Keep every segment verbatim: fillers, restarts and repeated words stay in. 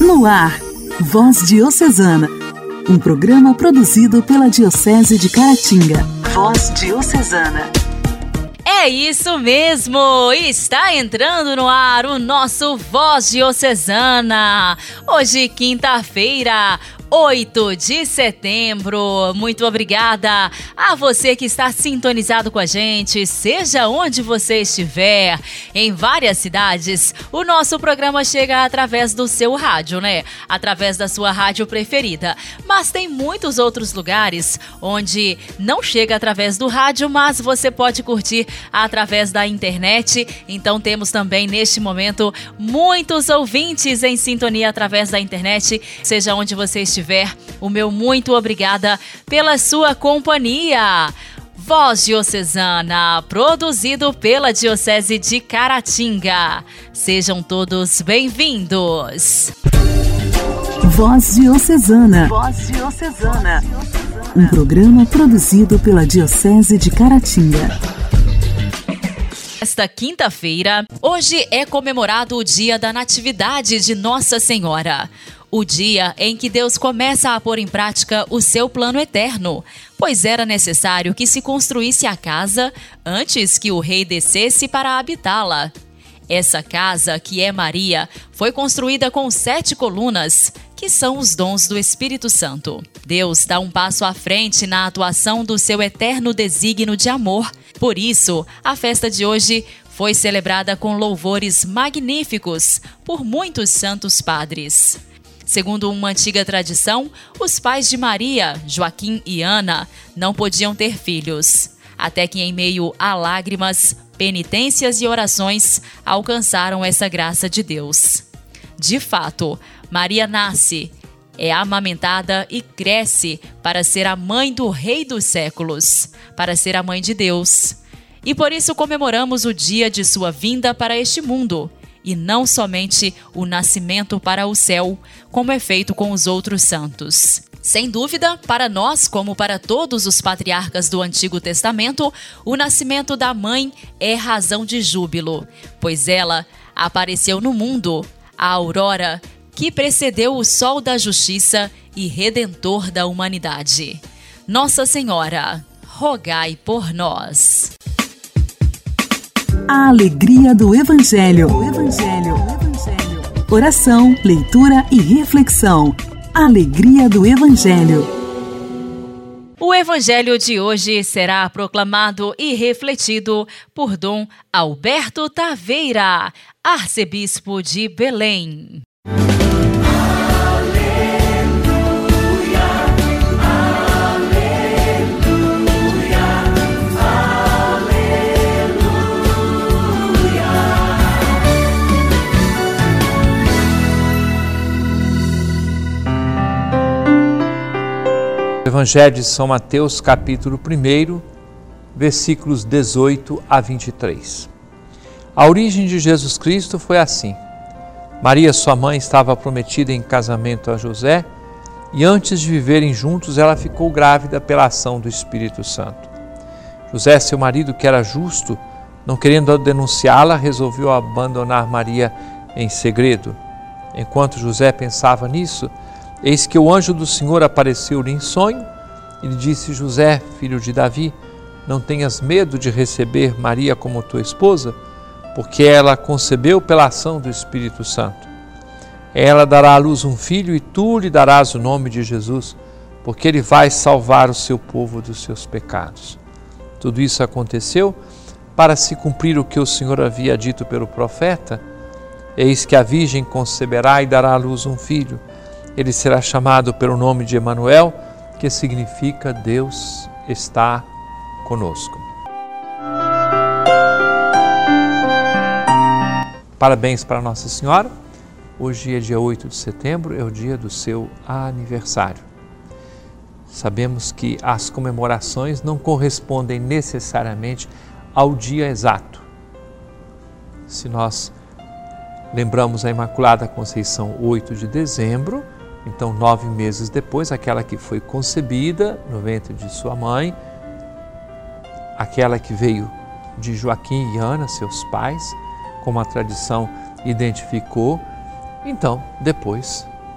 No ar, Voz Diocesana, um programa produzido pela Diocese de Caratinga. Voz Diocesana. É isso mesmo! Está entrando no ar o nosso Voz Diocesana. Hoje, quinta-feira, oito de setembro. Muito obrigada a você que está sintonizado com a gente, seja onde você estiver. Em várias cidades, o nosso programa chega através do seu rádio, né? Através da sua rádio preferida. Mas tem muitos outros lugares onde não chega através do rádio, mas você pode curtir através da internet. Então temos também neste momento muitos ouvintes em sintonia através da internet, seja onde você estiver. Tiver, o meu muito obrigada pela sua companhia. Voz Diocesana, produzido pela Diocese de Caratinga. Sejam todos bem-vindos. Voz Diocesana. Voz Diocesana. Um programa produzido pela Diocese de Caratinga. Esta quinta-feira, hoje é comemorado o Dia da Natividade de Nossa Senhora. O dia em que Deus começa a pôr em prática o seu plano eterno, pois era necessário que se construísse a casa antes que o rei descesse para habitá-la. Essa casa, que é Maria, foi construída com sete colunas, que são os dons do Espírito Santo. Deus dá um passo à frente na atuação do seu eterno desígnio de amor. Por isso, a festa de hoje foi celebrada com louvores magníficos por muitos santos padres. Segundo uma antiga tradição, os pais de Maria, Joaquim e Ana, não podiam ter filhos, até que em meio a lágrimas, penitências e orações, alcançaram essa graça de Deus. De fato, Maria nasce, é amamentada e cresce para ser a mãe do Rei dos séculos, para ser a mãe de Deus. E por isso comemoramos o dia de sua vinda para este mundo, e não somente o nascimento para o céu, como é feito com os outros santos. Sem dúvida, para nós, como para todos os patriarcas do Antigo Testamento, o nascimento da mãe é razão de júbilo, pois ela apareceu no mundo, a aurora que precedeu o sol da justiça e redentor da humanidade. Nossa Senhora, rogai por nós. A alegria do Evangelho. O Evangelho. O Evangelho. Oração, leitura e reflexão. Alegria do Evangelho. O Evangelho de hoje será proclamado e refletido por Dom Alberto Taveira, arcebispo de Belém. Evangelho de São Mateus, capítulo um, versículos dezoito a vinte e três. A origem de Jesus Cristo foi assim. Maria, sua mãe, estava prometida em casamento a José e antes de viverem juntos ela ficou grávida pela ação do Espírito Santo. José, seu marido, que era justo, não querendo denunciá-la, resolveu abandonar Maria em segredo. Enquanto José pensava nisso, eis que o anjo do Senhor apareceu-lhe em sonho e lhe disse: José, filho de Davi, não tenhas medo de receber Maria como tua esposa, porque ela concebeu pela ação do Espírito Santo. Ela dará à luz um filho e tu lhe darás o nome de Jesus, porque ele vai salvar o seu povo dos seus pecados. Tudo isso aconteceu para se cumprir o que o Senhor havia dito pelo profeta: eis que a virgem conceberá e dará à luz um filho. Ele será chamado pelo nome de Emanuel, que significa Deus está conosco. Parabéns para Nossa Senhora. Hoje é dia oito de setembro, é o dia do seu aniversário. Sabemos que as comemorações não correspondem necessariamente ao dia exato. Se nós lembramos a Imaculada Conceição oito de dezembro, então nove meses depois, aquela que foi concebida no ventre de sua mãe, aquela que veio de Joaquim e Ana, seus pais, como a tradição identificou. Então, depois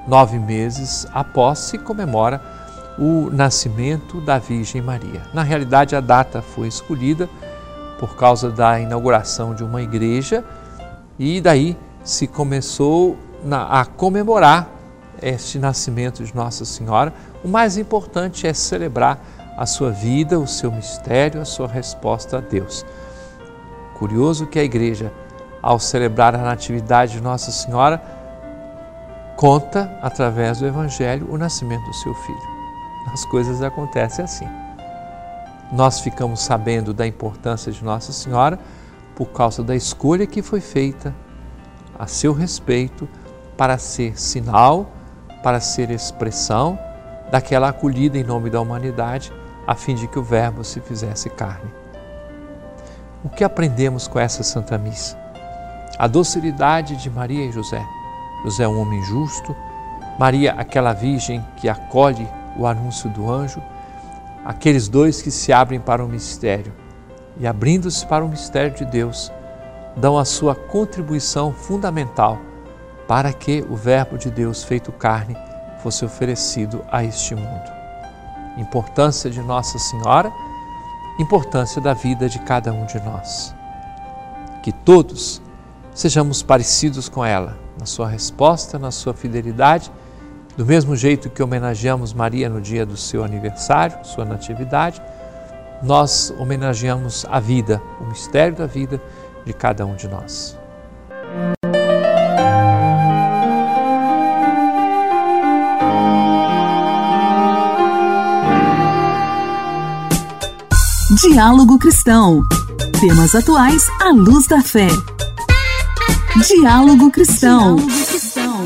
nove meses após, se comemora o nascimento da Virgem Maria. Na realidade, a data foi escolhida por causa da inauguração de uma igreja e daí se começou a comemorar este nascimento de Nossa Senhora. O mais importante é celebrar a sua vida, o seu mistério, a sua resposta a Deus. Curioso que a igreja, ao celebrar a natividade de Nossa Senhora, conta, através do Evangelho, o nascimento do seu filho. As coisas acontecem assim. Nós ficamos sabendo da importância de Nossa Senhora por causa da escolha que foi feita a seu respeito para ser sinal, para ser expressão daquela acolhida em nome da humanidade, a fim de que o Verbo se fizesse carne. O que aprendemos com essa Santa Missa? A docilidade de Maria e José. José é um homem justo, Maria, aquela virgem que acolhe o anúncio do anjo, aqueles dois que se abrem para o mistério e, abrindo-se para o mistério de Deus, dão a sua contribuição fundamental para que o Verbo de Deus feito carne fosse oferecido a este mundo. Importância de Nossa Senhora, importância da vida de cada um de nós. Que todos sejamos parecidos com ela, na sua resposta, na sua fidelidade, do mesmo jeito que homenageamos Maria no dia do seu aniversário, sua natividade, nós homenageamos a vida, o mistério da vida de cada um de nós. Diálogo Cristão. Temas atuais à luz da fé. Diálogo Cristão. Diálogo Cristão.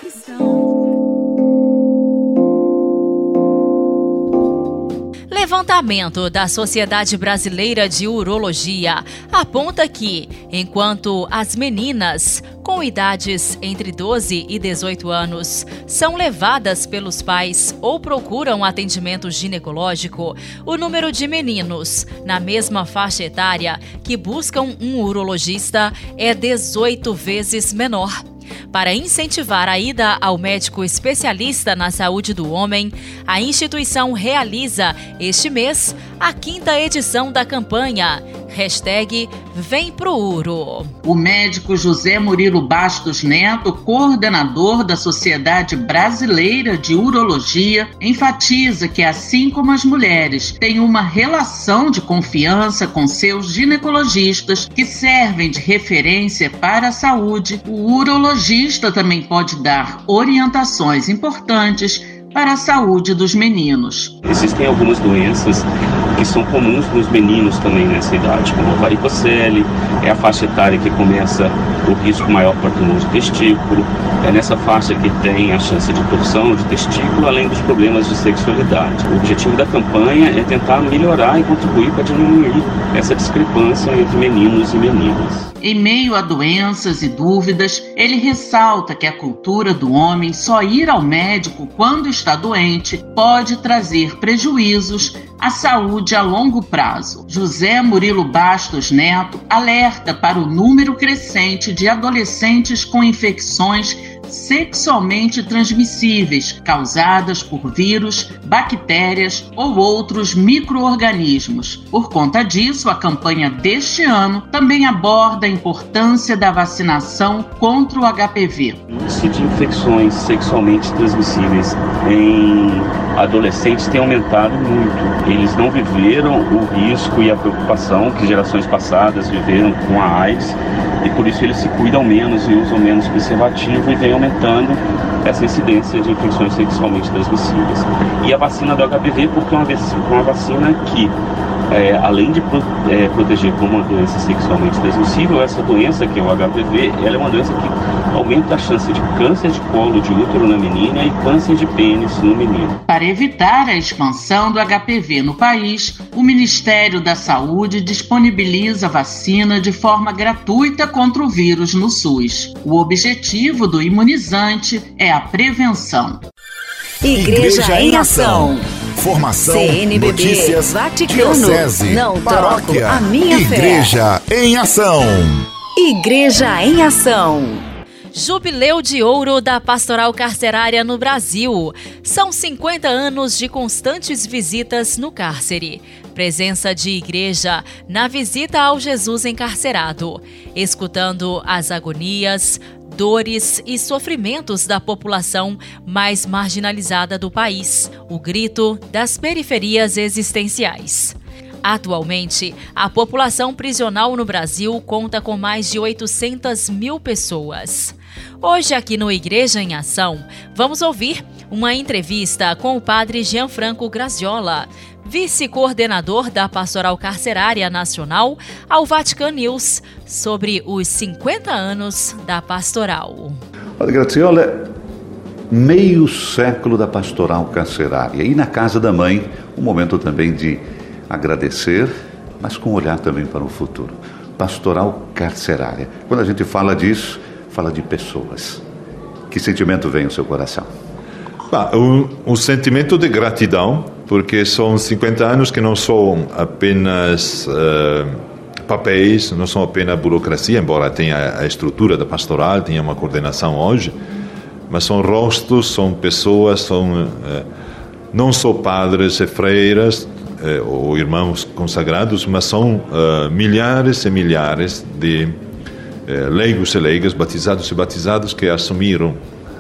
Levantamento da Sociedade Brasileira de Urologia aponta que, enquanto as meninas com idades entre doze e dezoito anos são levadas pelos pais ou procuram atendimento ginecológico, o número de meninos na mesma faixa etária que buscam um urologista é dezoito vezes menor. Para incentivar a ida ao médico especialista na saúde do homem, a instituição realiza, este mês, a quinta edição da campanha Hashtag Vem Pro Uro. O médico José Murilo Bastos Neto, coordenador da Sociedade Brasileira de Urologia, enfatiza que, assim como as mulheres têm uma relação de confiança com seus ginecologistas que servem de referência para a saúde, o urologista também pode dar orientações importantes para a saúde dos meninos. Existem algumas doenças que são comuns nos meninos também nessa idade, como a varicocele, é a faixa etária que começa o risco maior para tumor de testículo, é nessa faixa que tem a chance de torção de testículo, além dos problemas de sexualidade. O objetivo da campanha é tentar melhorar e contribuir para diminuir essa discrepância entre meninos e meninas. Em meio a doenças e dúvidas, ele ressalta que a cultura do homem só ir ao médico quando está doente pode trazer prejuízos à saúde a longo prazo. José Murilo Bastos Neto alerta para o número crescente de adolescentes com infecções sexualmente transmissíveis, causadas por vírus, bactérias ou outros micro-organismos. Por conta disso, a campanha deste ano também aborda a importância da vacinação contra o H P V. O índice de infecções sexualmente transmissíveis em adolescentes tem aumentado muito. Eles não viveram o risco e a preocupação que gerações passadas viveram com a AIDS, e por isso eles se cuidam menos e usam menos preservativo e vem aumentando essa incidência de infecções sexualmente transmissíveis. E a vacina do H P V, porque é uma, uma vacina que, é, além de pro, é, proteger como uma doença sexualmente transmissível, essa doença, que é o H P V, ela é uma doença que aumenta a chance de câncer de colo de útero na menina e câncer de pênis no menino. Para evitar a expansão do H P V no país, o Ministério da Saúde disponibiliza vacina de forma gratuita contra o vírus no SUS. O objetivo do imunizante é a prevenção. Igreja, Igreja em Ação. Formação, C N B B, notícias, Vaticano, diocese, não paróquia, troco a minha Igreja fé. em Ação. Igreja em Ação. Jubileu de Ouro da Pastoral Carcerária no Brasil. São cinquenta anos de constantes visitas no cárcere. Presença de igreja na visita ao Jesus encarcerado, escutando as agonias, dores e sofrimentos da população mais marginalizada do país, o grito das periferias existenciais. Atualmente, a população prisional no Brasil conta com mais de oitocentas mil pessoas. Hoje, aqui no Igreja em Ação, vamos ouvir uma entrevista com o padre Gianfranco Graziola, vice-coordenador da Pastoral Carcerária Nacional, ao Vatican News, sobre os cinquenta anos da pastoral. Olha, Graziola, meio século da Pastoral Carcerária. E na Casa da Mãe, um momento também de agradecer, mas com olhar também para o futuro. Pastoral Carcerária. Quando a gente fala disso, fala de pessoas. Que sentimento vem ao seu coração? Ah, um, um sentimento de gratidão, porque são cinquenta anos que não são apenas uh, papéis, não são apenas burocracia, embora tenha a estrutura da pastoral, tenha uma coordenação hoje, mas são rostos, são pessoas, são uh, não só padres e freiras, uh, ou irmãos consagrados, mas são uh, milhares e milhares de uh, leigos e leigas, batizados e batizados, que assumiram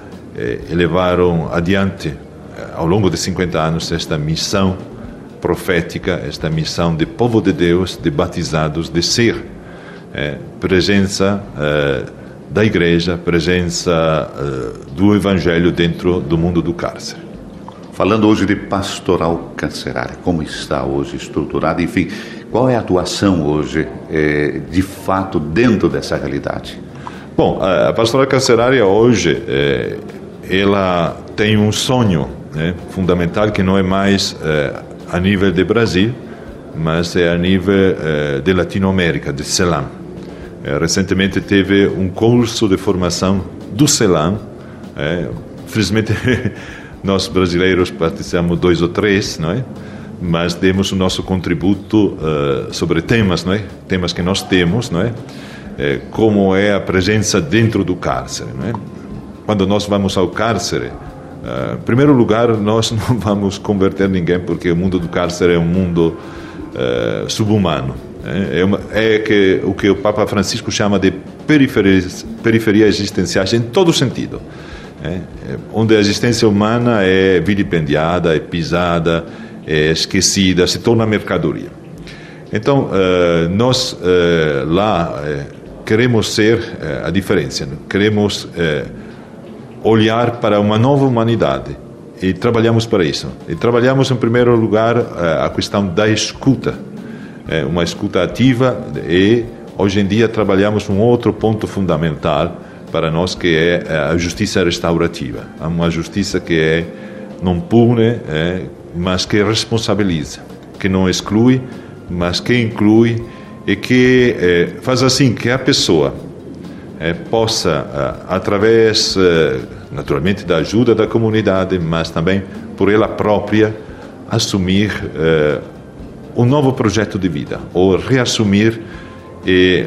e levaram adiante ao longo de cinquenta anos esta missão profética, esta missão de povo de Deus, de batizados, de ser é, presença é, da igreja, presença é, do evangelho dentro do mundo do cárcere. Falando hoje de pastoral carcerária, como está hoje estruturada, enfim, qual é a atuação hoje é, de fato dentro dessa realidade? Bom, a pastoral carcerária hoje é, ela tem um sonho, né, fundamental, que não é mais é, a nível de Brasil, mas é a nível é, de Latinoamérica, de CELAM. É, recentemente teve um curso de formação do CELAM. É, felizmente nós brasileiros participamos dois ou três, não é? Mas demos o nosso contributo uh, sobre temas, não é? Temas que nós temos, não é? É, como é a presença dentro do cárcere, não é? Quando nós vamos ao cárcere, uh, em primeiro lugar, nós não vamos converter ninguém, porque o mundo do cárcere é um mundo uh, subhumano. É, é, uma, é que, o que o Papa Francisco chama de periferias, periferias existenciais, em todo sentido. É, é, onde a existência humana é vilipendiada, é pisada, é esquecida, se torna mercadoria. Então, uh, nós uh, lá uh, queremos ser uh, a diferença, queremos uh, olhar para uma nova humanidade e trabalhamos para isso. E trabalhamos, em primeiro lugar, uh, a questão da escuta, uh, uma escuta ativa, e hoje em dia trabalhamos um outro ponto fundamental para nós, que é a justiça restaurativa. Uma justiça que é, não pune, uh, mas que responsabiliza, que não exclui, mas que inclui, e que eh, faz assim que a pessoa eh, possa, eh, através, eh, naturalmente, da ajuda da comunidade, mas também por ela própria, assumir eh, um novo projeto de vida, ou reassumir e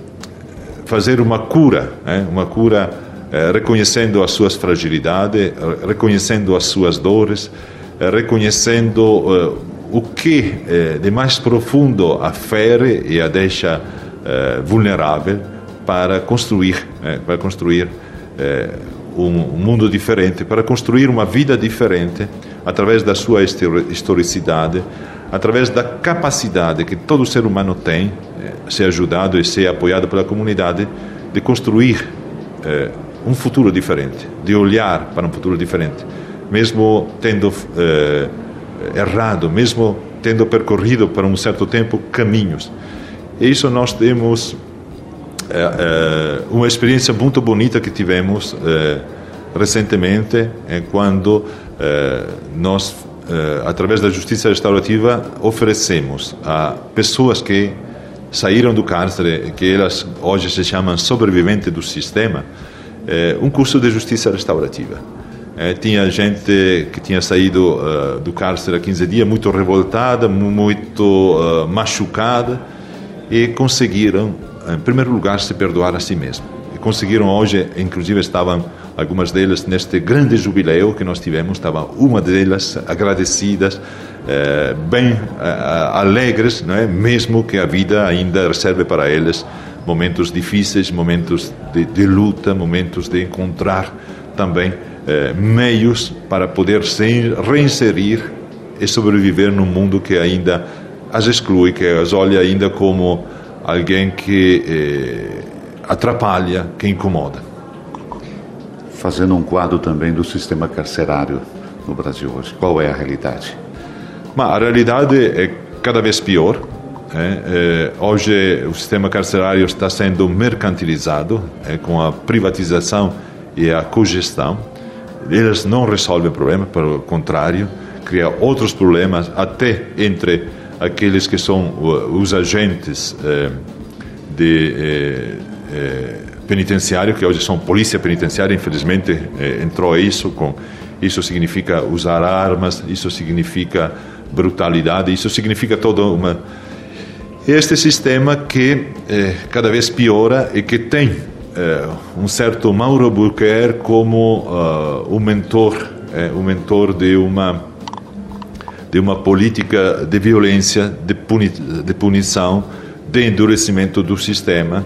fazer uma cura, eh, uma cura eh, reconhecendo as suas fragilidades, reconhecendo as suas dores, eh, reconhecendo eh, o que eh, de mais profundo a fere e a deixa eh, vulnerável, para construir, eh, para construir eh, um, um mundo diferente, para construir uma vida diferente, através da sua historicidade, através da capacidade que todo ser humano tem, eh, ser ajudado e ser apoiado pela comunidade, de construir eh, um futuro diferente, de olhar para um futuro diferente, mesmo tendo eh, errado, mesmo tendo percorrido por um certo tempo caminhos. E isso nós temos é, é, uma experiência muito bonita que tivemos é, recentemente, é, quando é, nós, é, através da justiça restaurativa, oferecemos a pessoas que saíram do cárcere, que elas hoje se chamam sobreviventes do sistema, é, um curso de justiça restaurativa. É, tinha gente que tinha saído uh, do cárcere há quinze dias muito revoltada, muito uh, machucada, e conseguiram, em primeiro lugar, se perdoar a si mesmo. conseguiram hoje, inclusive estavam algumas delas neste grande jubileu que nós tivemos, estavam uma delas agradecidas, eh, bem eh, alegres, não é? Mesmo que a vida ainda reserve para eles momentos difíceis, momentos de, de luta, momentos de encontrar também eh, meios para poder se reinserir e sobreviver num mundo que ainda as exclui, que as olha ainda como alguém que eh, atrapalha, que incomoda. Fazendo um quadro também do sistema carcerário no Brasil hoje, qual é a realidade? Mas a realidade é cada vez pior. É, é, hoje o sistema carcerário está sendo mercantilizado, é, com a privatização e a cogestão. Eles não resolvem o problema, pelo contrário, cria outros problemas, até entre aqueles que são os agentes é, de é, é, penitenciário, que hoje são polícia penitenciária. Infelizmente é, entrou isso, com, isso significa usar armas, isso significa brutalidade, isso significa toda uma... Este sistema que eh, cada vez piora e que tem eh, um certo Mauro Albuquerque como uh, o mentor, eh, o mentor de uma de uma política de violência, de, puni de punição, de endurecimento do sistema,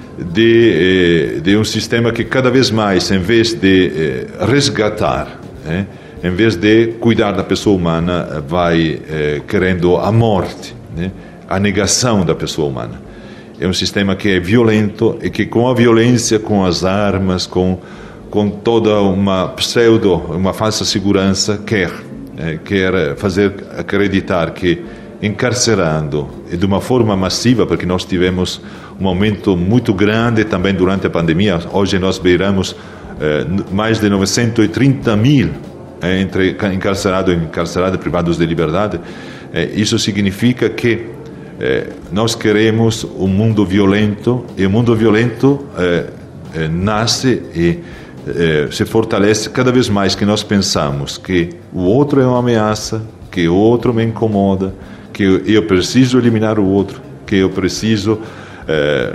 de, eh, de um sistema que cada vez mais, em vez de eh, resgatar, eh, em vez de cuidar da pessoa humana, vai eh, querendo a morte, né? A negação da pessoa humana. É um sistema que é violento e que, com a violência, com as armas, com, com toda uma pseudo, uma falsa segurança, quer, é, quer fazer acreditar que, encarcerando e de uma forma massiva, porque nós tivemos um aumento muito grande também durante a pandemia. Hoje nós beiramos é, mais de novecentos e trinta mil é, entre encarcerados e encarcerados privados de liberdade. É, isso significa que Eh, nós queremos um mundo violento, e o mundo violento eh, eh, nasce e eh, se fortalece cada vez mais que nós pensamos que o outro é uma ameaça, que o outro me incomoda, que eu, eu preciso eliminar o outro, que eu preciso eh,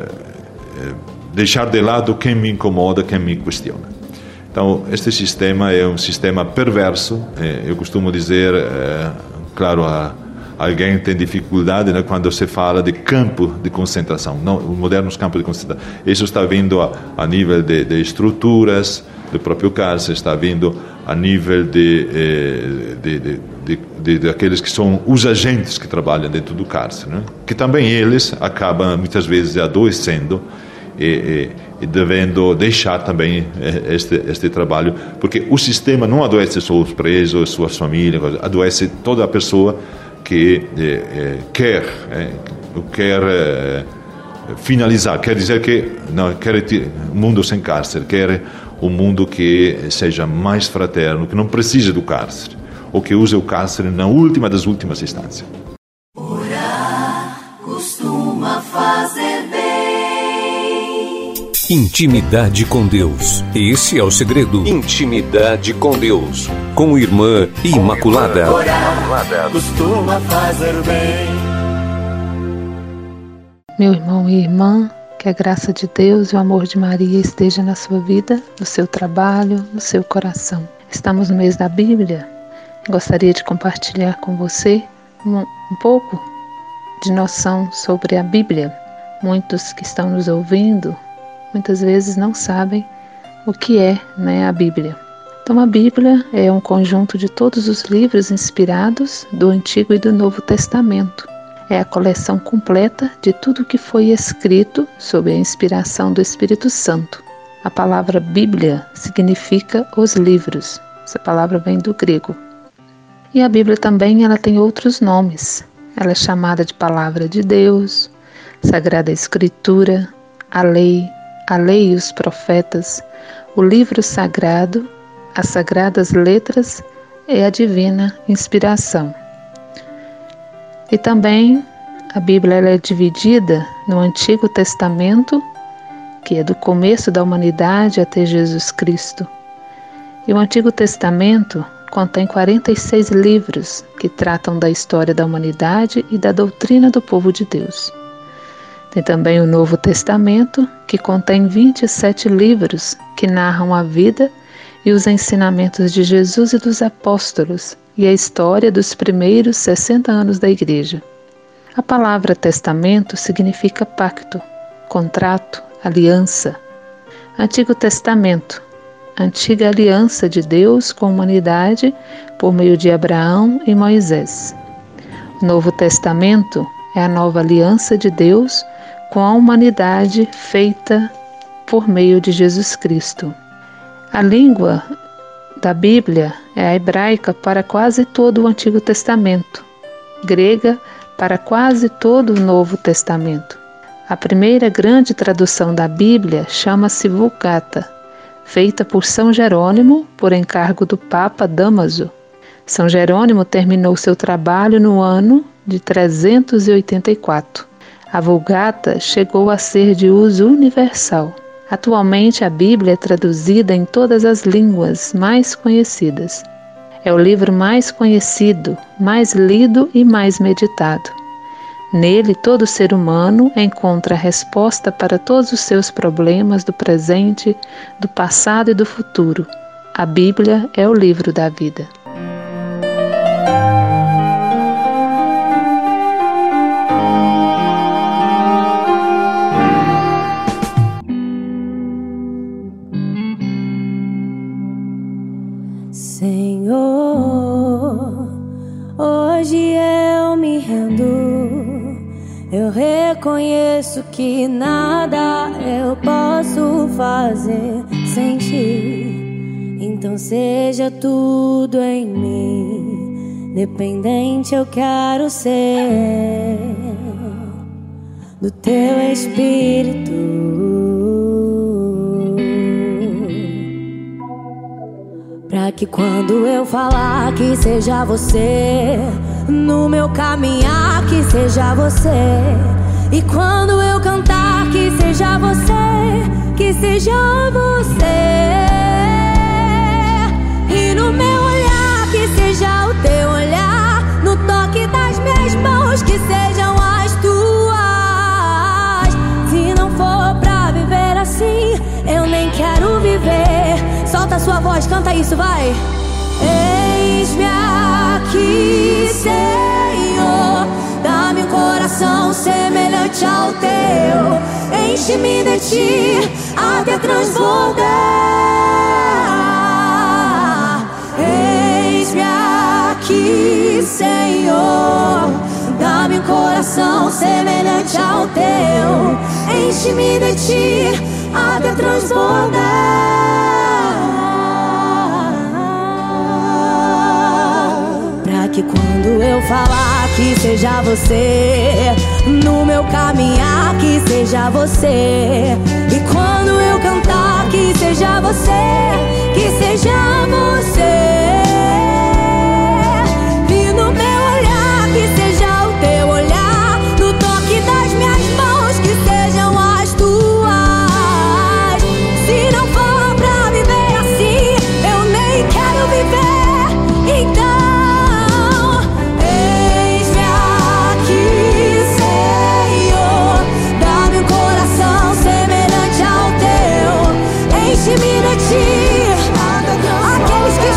deixar de lado quem me incomoda, quem me questiona. Então, este sistema é um sistema perverso. Eh, eu costumo dizer, eh, claro, a alguém tem dificuldade, né, quando se fala de campo de concentração, não, os modernos campos de concentração. Isso está vindo a, a nível de, de estruturas do próprio cárcere, está vindo a nível de, de, de, de, de, de aqueles que são os agentes que trabalham dentro do cárcere, né, que também eles acabam muitas vezes adoecendo e, e, e devendo deixar também este, este trabalho, porque o sistema não adoece só os presos, suas famílias, adoece toda a pessoa que eh, eh, quer, eh, quer eh, finalizar, quer dizer que não quer um mundo sem cárcere, quer um mundo que seja mais fraterno, que não precise do cárcere, ou que use o cárcere na última das últimas instâncias. Orar costuma fazer bem. Intimidade com Deus. Esse é o segredo. Intimidade com Deus. Com Irmã Imaculada. Orar costuma fazer bem. Meu irmão e irmã, que a graça de Deus e o amor de Maria esteja na sua vida, no seu trabalho, no seu coração. Estamos no mês da Bíblia. Gostaria de compartilhar com você um, um pouco de noção sobre a Bíblia. Muitos que estão nos ouvindo muitas vezes não sabem o que é, né, a Bíblia. Então a Bíblia é um conjunto de todos os livros inspirados do Antigo e do Novo Testamento. É a coleção completa de tudo que foi escrito sob a inspiração do Espírito Santo. A palavra Bíblia significa os livros. Essa palavra vem do grego. E a Bíblia também ela tem outros nomes. Ela é chamada de Palavra de Deus, Sagrada Escritura, a Lei, a Lei e os Profetas, o Livro Sagrado, as Sagradas Letras e a Divina Inspiração. E também a Bíblia ela é dividida no Antigo Testamento, que é do começo da humanidade até Jesus Cristo. E o Antigo Testamento contém quarenta e seis livros que tratam da história da humanidade e da doutrina do povo de Deus. Tem também o Novo Testamento, que contém vinte e sete livros que narram a vida e os ensinamentos de Jesus e dos apóstolos e a história dos primeiros sessenta anos da Igreja. A palavra testamento significa pacto, contrato, aliança. Antigo Testamento, antiga aliança de Deus com a humanidade por meio de Abraão e Moisés. Novo Testamento é a nova aliança de Deus com a humanidade feita por meio de Jesus Cristo. A língua da Bíblia é a hebraica para quase todo o Antigo Testamento, grega para quase todo o Novo Testamento. A primeira grande tradução da Bíblia chama-se Vulgata, feita por São Jerônimo por encargo do Papa Dámaso. São Jerônimo terminou seu trabalho no ano de trezentos e oitenta e quatro. A Vulgata chegou a ser de uso universal. Atualmente a Bíblia é traduzida em todas as línguas mais conhecidas. É o livro mais conhecido, mais lido e mais meditado. Nele, todo ser humano encontra a resposta para todos os seus problemas do presente, do passado e do futuro. A Bíblia é o livro da vida. Senhor, hoje eu me rendo, eu reconheço que nada eu posso fazer sem ti. Então seja tudo em mim, dependente eu quero ser do teu Espírito. Pra que quando eu falar que seja você, no meu caminhar que seja você, e quando eu cantar que seja você, que seja você, e no meu olhar que seja o teu olhar, no toque das minhas mãos que sejam as tuas. Se não for pra viver assim, eu nem quero viver. Solta a sua voz, canta isso, vai. Eis-me aqui, Senhor, dá-me um coração semelhante ao teu, enche-me de ti até transbordar. Eis-me aqui, Senhor, dá-me um coração semelhante ao teu, enche-me de ti até transbordar. Que quando eu falar que seja você, no meu caminhar que seja você, e quando eu cantar que seja você, que seja você, e no meu olhar que seja o teu olhar, no toque das minhas mãos que sejam as tuas. Se não for pra viver assim, eu nem quero viver. Então enche-me de ti, aqueles que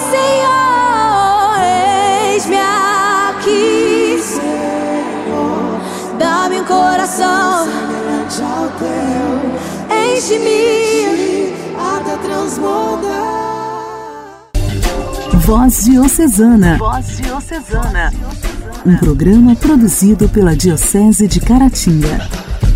Senhor, eis-me aqui. Dá-me um coração semelhante ao teu. Enche-me até transbordar. Voz Diocesana. Voz Diocesana. Um programa produzido pela Diocese de Caratinga.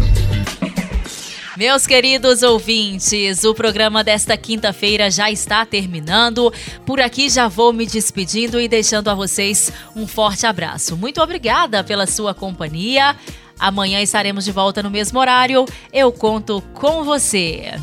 Meus queridos ouvintes, o programa desta quinta-feira já está terminando. Por aqui já vou me despedindo e deixando a vocês um forte abraço. Muito obrigada pela sua companhia. Amanhã estaremos de volta no mesmo horário. Eu conto com você.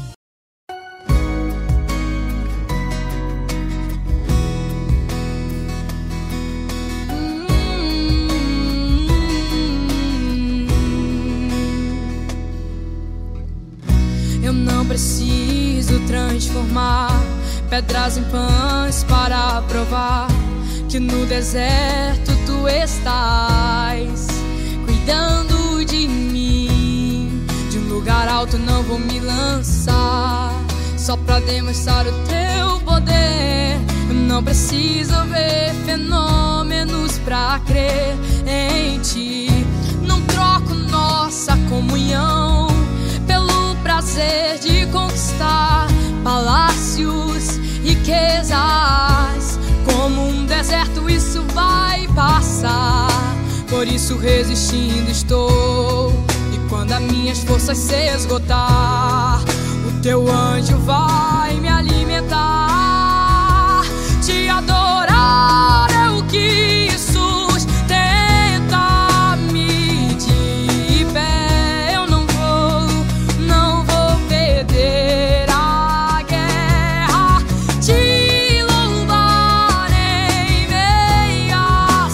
Eu não preciso transformar pedras em pães para provar que no deserto tu estás cuidando de mim. De um lugar alto não vou me lançar só pra demonstrar o teu poder. Eu não preciso ver fenômenos pra crer em ti. Não troco nossa comunhão pelo prazer de conquistar palácios, riquezas. Como um deserto isso vai passar, por isso resistindo estou. E quando as minhas forças se esgotar, o teu anjo vai me alimentar. Te adorar é o que sustenta me de pé. Eu não vou, não vou perder a guerra. Te louvar em meio às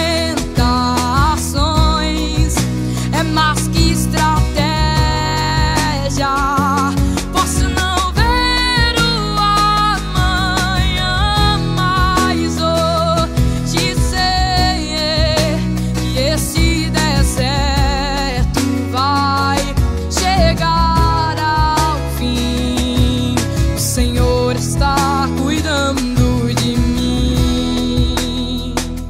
tentações é mais que estratégia. Posso não ver o amanhã, mas hoje sei que esse deserto vai chegar ao fim. O Senhor está cuidando de mim.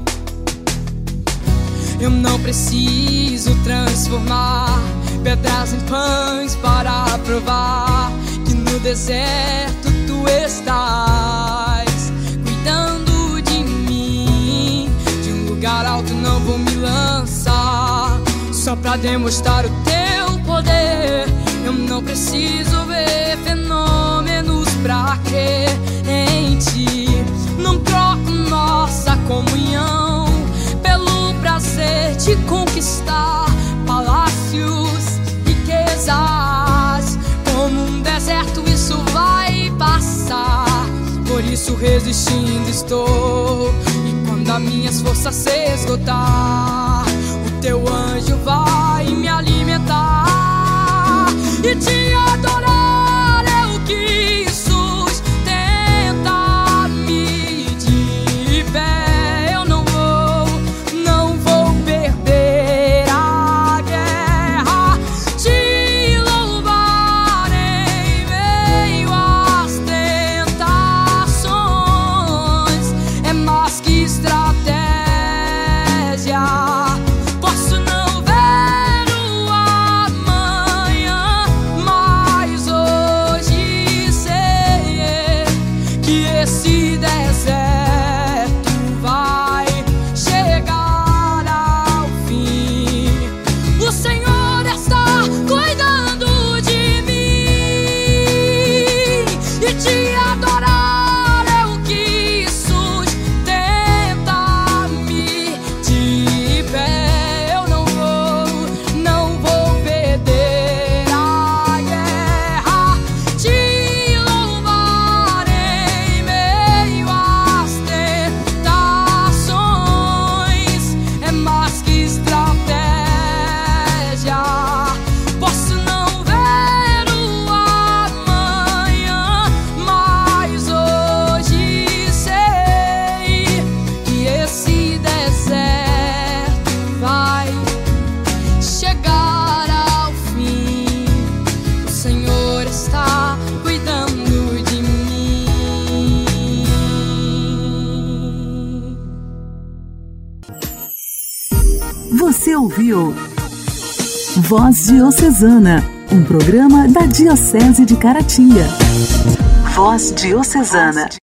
Eu não preciso transformar pedras em pães para provar que no deserto tu estás cuidando de mim. De um lugar alto não vou me lançar só pra demonstrar o teu poder. Eu não preciso ver fenômenos pra crer em ti. Não troco nossa comunhão pelo prazer de conquistar palácios, riquezas. Como um deserto isso vai passar, por isso resistindo estou. E quando as minhas forças se esgotar, o teu anjo vai me alimentar. E te adorar é o que sustenta me de pé. Eu não vou, não vou perder a guerra. Te louvar em meio às tentações é mais que estratégia. Posso não ver o amanhã, mas hoje sei que esse deserto vai chegar ao fim. O Senhor está cuidando de mim. E te adorar é o que sustenta me de pé. Eu não vou, não vou perder a guerra. Te louvar em meio às tentações é mais que estratégia. Posso não ver o amanhã, mas Você ouviu Voz Diocesana, um programa da Diocese de Caratinga. Voz Diocesana.